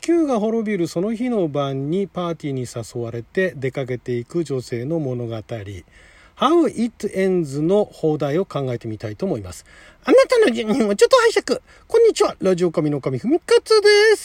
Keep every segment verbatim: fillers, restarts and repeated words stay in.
球が滅びるその日の晩にパーティーに誘われて出かけていく女性の物語 How It Ends の放題を考えてみたいと思います。あなたの順位をちょっと拝借。こんにちは、ラジオ神の神ふみかつです。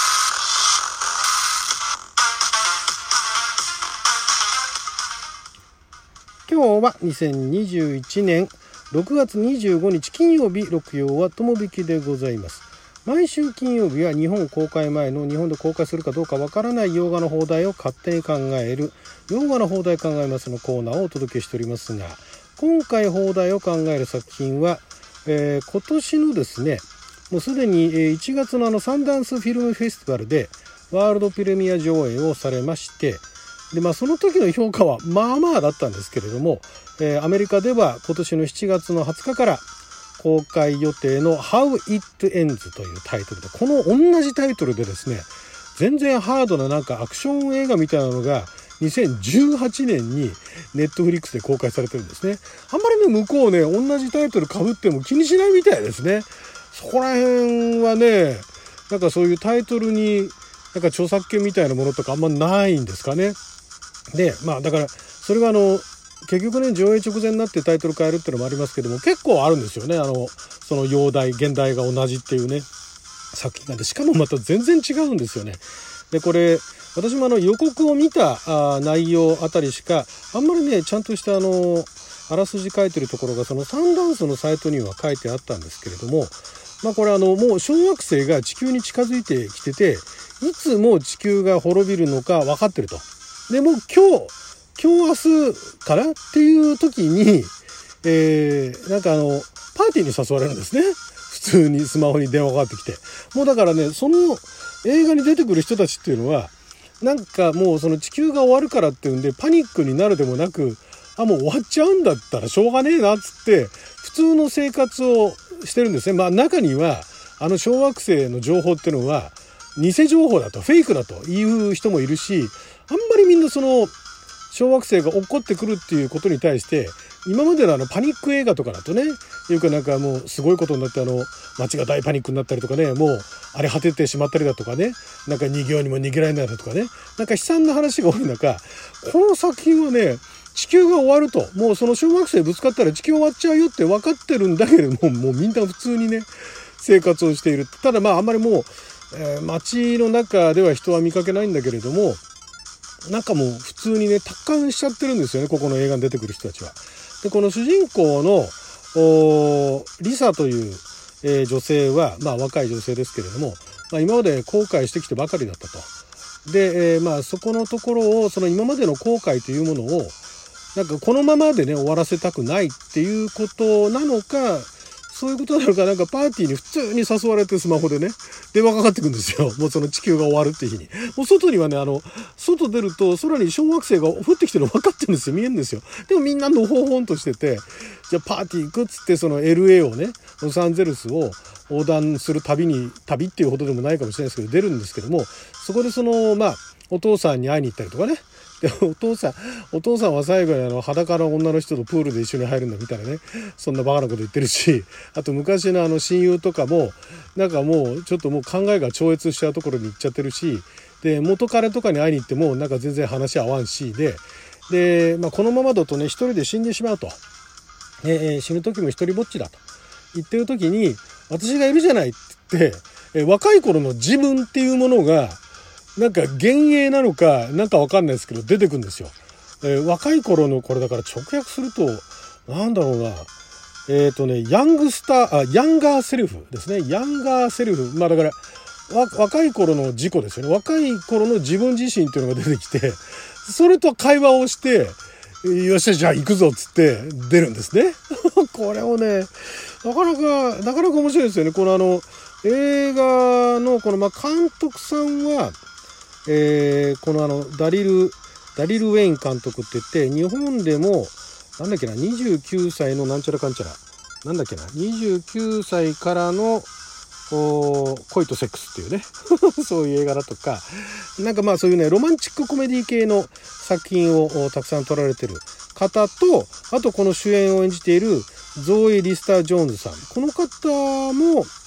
今日はにせんにじゅういちねんろくがつにじゅうごにち金曜日、録曜は友引きでございます。毎週金曜日は日本公開前の日本で公開するかどうかわからない洋画の放題を勝手に考える洋画の放題考えますのコーナーをお届けしておりますが、今回放題を考える作品は、えー、今年のですねもうすでにいちがつのあのサンダンスフィルムフェスティバルでワールドプレミア上映をされまして、で、まあ、その時の評価はまあまあだったんですけれども、えー、アメリカでは今年のしちがつのはつかから公開予定の How It Ends というタイトルで、この同じタイトルでですね、全然ハードななんかアクション映画みたいなのがにせんじゅうはちねんにネットフリックスで公開されてるんですね。あんまりね、向こうね、同じタイトル被っても気にしないみたいですね。そこら辺はね、なんかそういうタイトルになんか著作権みたいなものとかあんまないんですかね。で、まあだからそれがあの結局ね、上映直前になってタイトル変えるっていうのもありますけども、結構あるんですよね。あのその洋題現代が同じっていうね作品なんで、しかもまた全然違うんですよね。でこれ私もあの予告を見たあ内容あたりしかあんまりねちゃんとしたあのあらすじ書いてるところがそのサンダンスのサイトには書いてあったんですけれども、まあこれあのもう小惑星が地球に近づいてきてて、いつもう地球が滅びるのか分かってると。でもう今日今日明日からっていう時に、えー、なんかあのパーティーに誘われるんですね。普通にスマホに電話がかかってきて、もうだからね、その映画に出てくる人たちっていうのはなんかもうその地球が終わるからっていうんでパニックになるでもなく、あもう終わっちゃうんだったらしょうがねえなっつって普通の生活をしてるんですね。まあ中にはあの小惑星の情報っていうのは偽情報だと、フェイクだという人もいるし、あんまりみんなその小惑星が落っこってくるっていうことに対して今までのあのパニック映画とかだとね、いうかなんかもうすごいことになってあの街が大パニックになったりとかね、もう荒れ果ててしまったりだとかね、なんか逃げようにも逃げられないだとかね、なんか悲惨な話が多い中、この作品はね、地球が終わると、もうその小惑星ぶつかったら地球終わっちゃうよって分かってるんだけれども、もうみんな普通にね生活をしている。ただまああんまりもう、えー、街の中では人は見かけないんだけれども、なんかもう普通にね達観しちゃってるんですよね、ここの映画に出てくる人たちは。でこの主人公のリサという、えー、女性は、まあ、若い女性ですけれども、まあ、今まで後悔してきてばかりだったと。で、えーまあ、そこのところをその今までの後悔というものをなんかこのままでね終わらせたくないっていうことなのか、そういうことなのか、なんかパーティーに普通に誘われてスマホでね電話かかってくるんですよ。もうその地球が終わるっていう日に、もう外にはねあの外出ると空に小惑星が降ってきてるの分かってるんですよ、見えるんですよ。でもみんなのほほんとしてて、じゃあパーティー行くっつってその エルエー をね、ロサンゼルスを横断する旅に、旅っていうほどでもないかもしれないですけど出るんですけども、そこでそのまあお父さんに会いに行ったりとかね、でお父さんお父さんは最後にあの裸の女の人とプールで一緒に入るんだみたいなね、そんなバカなこと言ってるし、あと昔のあの親友とかもなんかもうちょっともう考えが超越しちゃうところに行っちゃってるし、で元彼とかに会いに行ってもなんか全然話合わんしで、で、まあ、このままだとね一人で死んでしまうと、ね、死ぬ時も一人ぼっちだと言ってる時に私がいるじゃないって言って、若い頃の自分っていうものがなんか幻影なのかなんかわかんないですけど出てくるんですよ。えー、若い頃のこれだから直訳するとなんだろうな、えっとねヤングスターあヤンガーセルフですね。ヤンガーセルフ、まあだからわ若い頃の自己ですよね。若い頃の自分自身っていうのが出てきて、それと会話をしてよっしゃじゃあ行くぞっつって出るんですね。これをねなかなかなかなか面白いですよね。このあの映画のこのまあ監督さんはえー、このあのダリルダリル・ウェイン監督って言って、日本でもなんだっけなにじゅうきゅうさいのなんちゃらかんちゃらなんだっけなにじゅうきゅうさいからの恋とセックスっていうねそういう映画だとか、なんかまあそういうねロマンチックコメディ系の作品をたくさん撮られてる方と、あとこの主演を演じているゾーイ・リスター・ジョーンズさん、この方も、え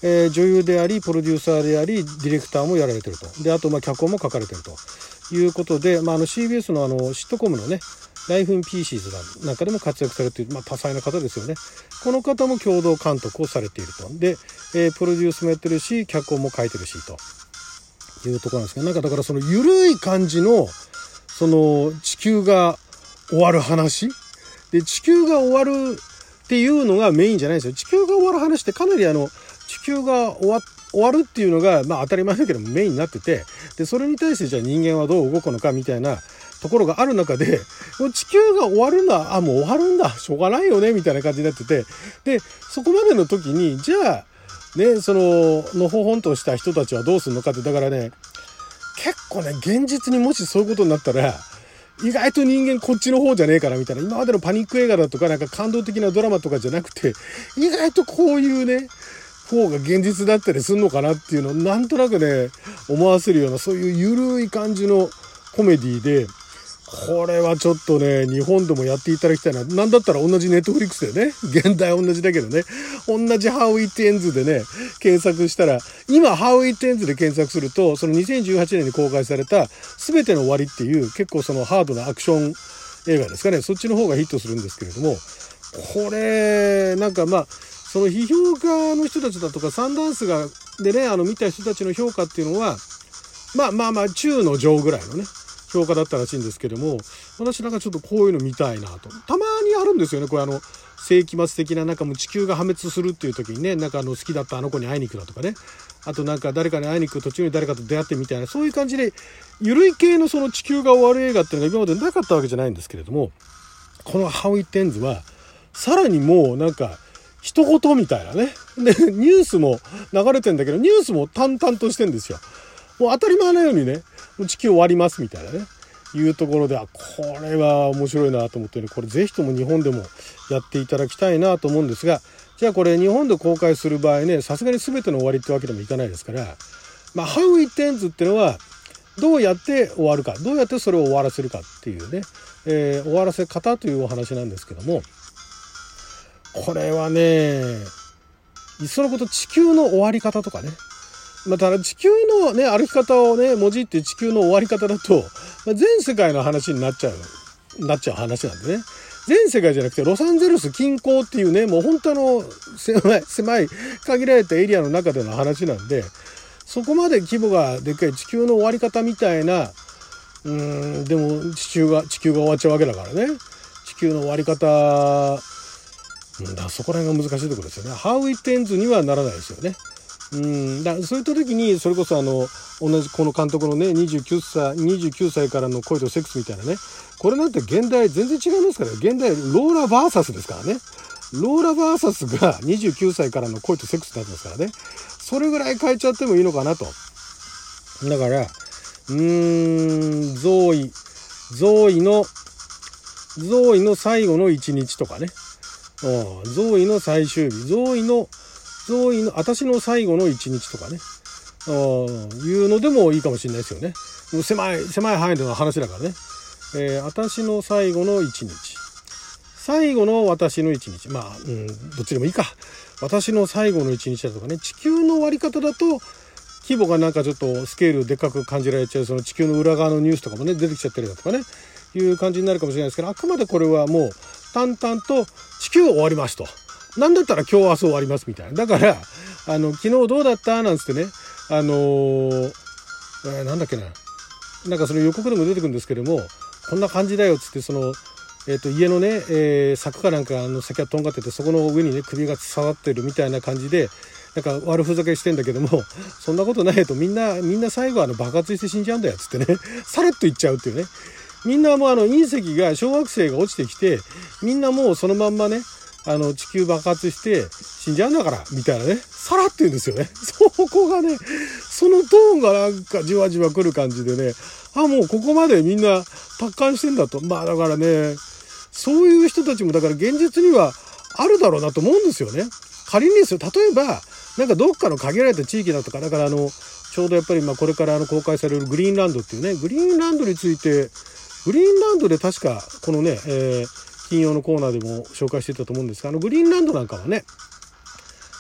えー、女優でありプロデューサーでありディレクターもやられてると。であとまあ脚本も書かれてるということで、まあ、あの シービーエス のあのシットコムのねライフインピーシーズなんかでも活躍されている、まあ、多彩な方ですよね。この方も共同監督をされていると。で、えー、プロデュースもやってるし脚本も書いてるしというところなんですけど、なんかだからその緩い感じのその地球が終わる話で、地球が終わるっていうのがメインじゃないんですよ。地球が終わる話ってかなりあの地球が終わ終わるっていうのがまあ当たり前だけどメインになってて、でそれに対してじゃあ人間はどう動くのかみたいなところがある中で、地球が終わるのはあもう終わるんだしょうがないよねみたいな感じになってて、でそこまでの時にじゃあねそののほほんとした人たちはどうするのかって、だからね結構ね現実にもしそういうことになったら意外と人間こっちの方じゃねえかなみたいな、今までのパニック映画だとかなんか感動的なドラマとかじゃなくて、意外とこういうね方が現実だったりするのかなっていうのをなんとなくね思わせるような、そういう緩い感じのコメディで、これはちょっとね日本でもやっていただきたいな。なんだったら同じネットフリックスでね、現代同じだけどね、同じハウイットエンズでね検索したら、今ハウイットエンズで検索するとそのにせんじゅうはちねんに公開された全ての終わりっていう結構そのハードなアクション映画ですかね、そっちの方がヒットするんですけれども、これなんかまあその批評家の人たちだとかサンダンスがでねあの見た人たちの評価っていうのはまあまあまあ中の上ぐらいのね評価だったらしいんですけども、私なんかちょっとこういうの見たいなと。たまにあるんですよねこれ、あの世紀末的ななんかもう地球が破滅するっていう時にね、なんかあの好きだったあの子に会いに行くだとかね、あとなんか誰かに会いに行く途中に誰かと出会ってみたいな、そういう感じで緩い系のその地球が終わる映画っていうのが今までなかったわけじゃないんですけれども、このハウイットエンズはさらにもうなんか一言みたいなね、でニュースも流れてんだけどニュースも淡々としてんですよ。もう当たり前のようにねもう地球終わりますみたいなねいうところで、あこれは面白いなと思ってね、これぜひとも日本でもやっていただきたいなと思うんですが、じゃあこれ日本で公開する場合ね、さすがに全ての終わりってわけでもいかないですから、まあハウイットエンズっていうのはどうやって終わるか、どうやってそれを終わらせるかっていうね、えー、終わらせ方というお話なんですけども、これはねいっそのこと地球の終わり方とかね、まあ、ただ地球のね歩き方をねもじって地球の終わり方だと、まあ、全世界の話になっちゃうなっちゃう話なんでね、全世界じゃなくてロサンゼルス近郊っていうねもう本当の狭い狭い限られたエリアの中での話なんで、そこまで規模がでっかい地球の終わり方みたいな、うーんでも地球が地球が終わっちゃうわけだからね、地球の終わり方だそこら辺が難しいところですよね。ハウイットエンズにはならないですよね。うんだそういった時にそれこそあの同じこの監督のねにじゅうきゅうさいにじゅうきゅうさいからの恋とセックスみたいなね、これなんて現代全然違いますからね。現代ローラバーサスですからね。ローラバーサスがにじゅうきゅうさいからの恋とセックスになってますからね。それぐらい変えちゃってもいいのかなと。だからうーんゾーイゾーイのゾーイの最後の一日とかね、うん、ゾーイの最終日、ゾーイのゾーイの私の最後の一日とかね、うん、いうのでもいいかもしれないですよね。もう狭い狭い範囲での話だからね、えー、私の最後の一日、最後の私の一日、まあ、うん、どっちでもいいか。私の最後の一日だとかね、地球の終わり方だと規模がなんかちょっとスケールでかく感じられちゃう、その地球の裏側のニュースとかもね出てきちゃったりだとかねいう感じになるかもしれないですけど、あくまでこれはもう淡々と地球終わりますと、なんだったら今日明日終わりますみたいな。だからあの昨日どうだったなんつってね、あのーえー、なんだっけななんかその予告でも出てくるんですけども、こんな感じだよっつってその、えー、と家のね、えー、柵かなんかの先がとんがってて、そこの上にね首が触ってるみたいな感じでなんか悪ふざけしてんだけども、そんなことないと、みんなみんな最後はあの爆発して死んじゃうんだよっつってねさらっと言っちゃうっていうね。みんなもうあの隕石が小惑星が落ちてきて、みんなもうそのまんまねあの地球爆発して死んじゃうんだからみたいなね、さらって言うんですよね。そこがねそのトーンがなんかじわじわくる感じでね、あもうここまでみんな達観してんだと。まあだからねそういう人たちもだから現実にはあるだろうなと思うんですよね。仮にですよ、例えばなんかどっかの限られた地域だとか、だからあのちょうどやっぱりまあこれからあの公開されるグリーンランドっていうね、グリーンランドについてグリーンランドで確かこのね、えー、金曜のコーナーでも紹介してたと思うんですが、あのグリーンランドなんかはね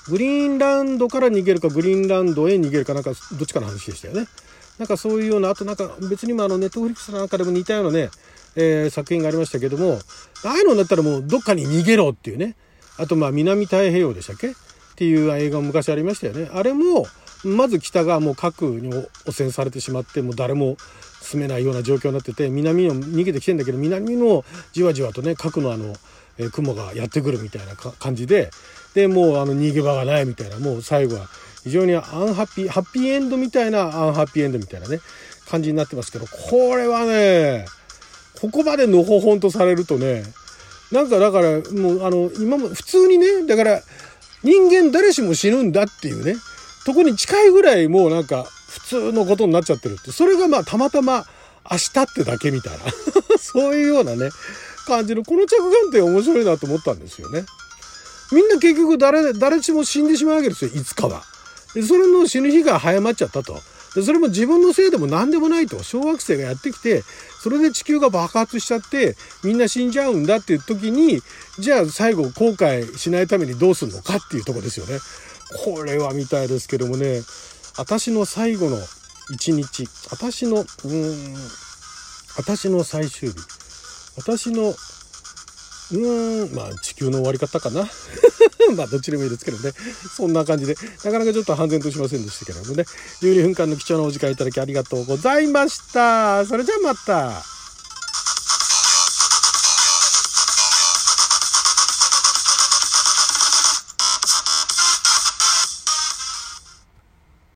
グリーンランドから逃げるかグリーンランドへ逃げるかなんかどっちかの話でしたよね。なんかそういうような、あとなんか別にもあのネットフリックスなんかでも似たようなね、えー、作品がありましたけども、ああいうのだったらもうどっかに逃げろっていうね。あとまあ南太平洋でしたっけっていう映画も昔ありましたよね。あれもまず北がもう核に汚染されてしまって、もう誰も住めないような状況になってて、南の逃げてきてんだけど、南のじわじわとね核のあの、えー、雲がやってくるみたいな感じで、でもうあの逃げ場がないみたいな、もう最後は非常にアンハッピーハッピーエンドみたいなアンハッピーエンドみたいなね感じになってますけど、これはねここまでのほほんとされるとね、なんかだからもうあの今も普通にね、だから人間誰しも死ぬんだっていうねとこに近いぐらいもうなんか普通のことになっちゃってるって、それがまあたまたま明日ってだけみたいなそういうようなね感じのこの着眼点面白いなと思ったんですよね。みんな結局誰誰しも死んでしまうわけですよ、いつかは。でそれの死ぬ日が早まっちゃったと。でそれも自分のせいでも何でもないと。小惑星がやってきて、それで地球が爆発しちゃってみんな死んじゃうんだっていう時に、じゃあ最後後悔しないためにどうするのかっていうところですよね。これはみたいですけどもね、私の最後の一日、私のうーん私の最終日、私のうーんまあ地球の終わり方かなまあどっちでもいいですけどね、そんな感じでなかなかちょっと判然としませんでしたけどもね、じゅうにふんかんの貴重なお時間いただきありがとうございました。それじゃあまた。